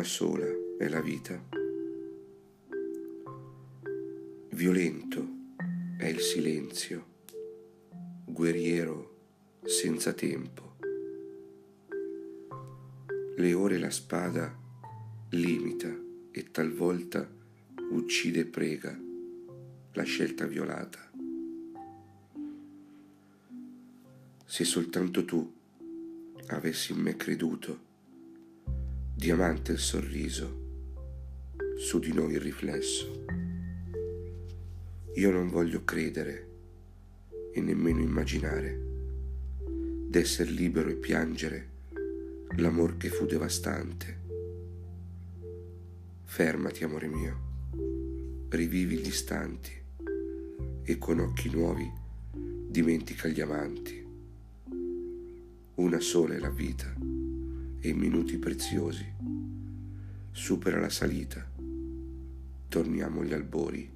sola è la vita. Violento è il silenzio, guerriero senza tempo. Le ore la spada limita e talvolta uccide e prega la scelta violata. Se soltanto tu avessi in me creduto, diamante il sorriso, su di noi il riflesso. Io non voglio credere e nemmeno immaginare d'esser libero e piangere l'amor che fu devastante. Fermati, amore mio, rivivi gli istanti e con occhi nuovi dimentica gli amanti. Una sola è la vita e i minuti preziosi. Supera la salita, torniamo agli albori.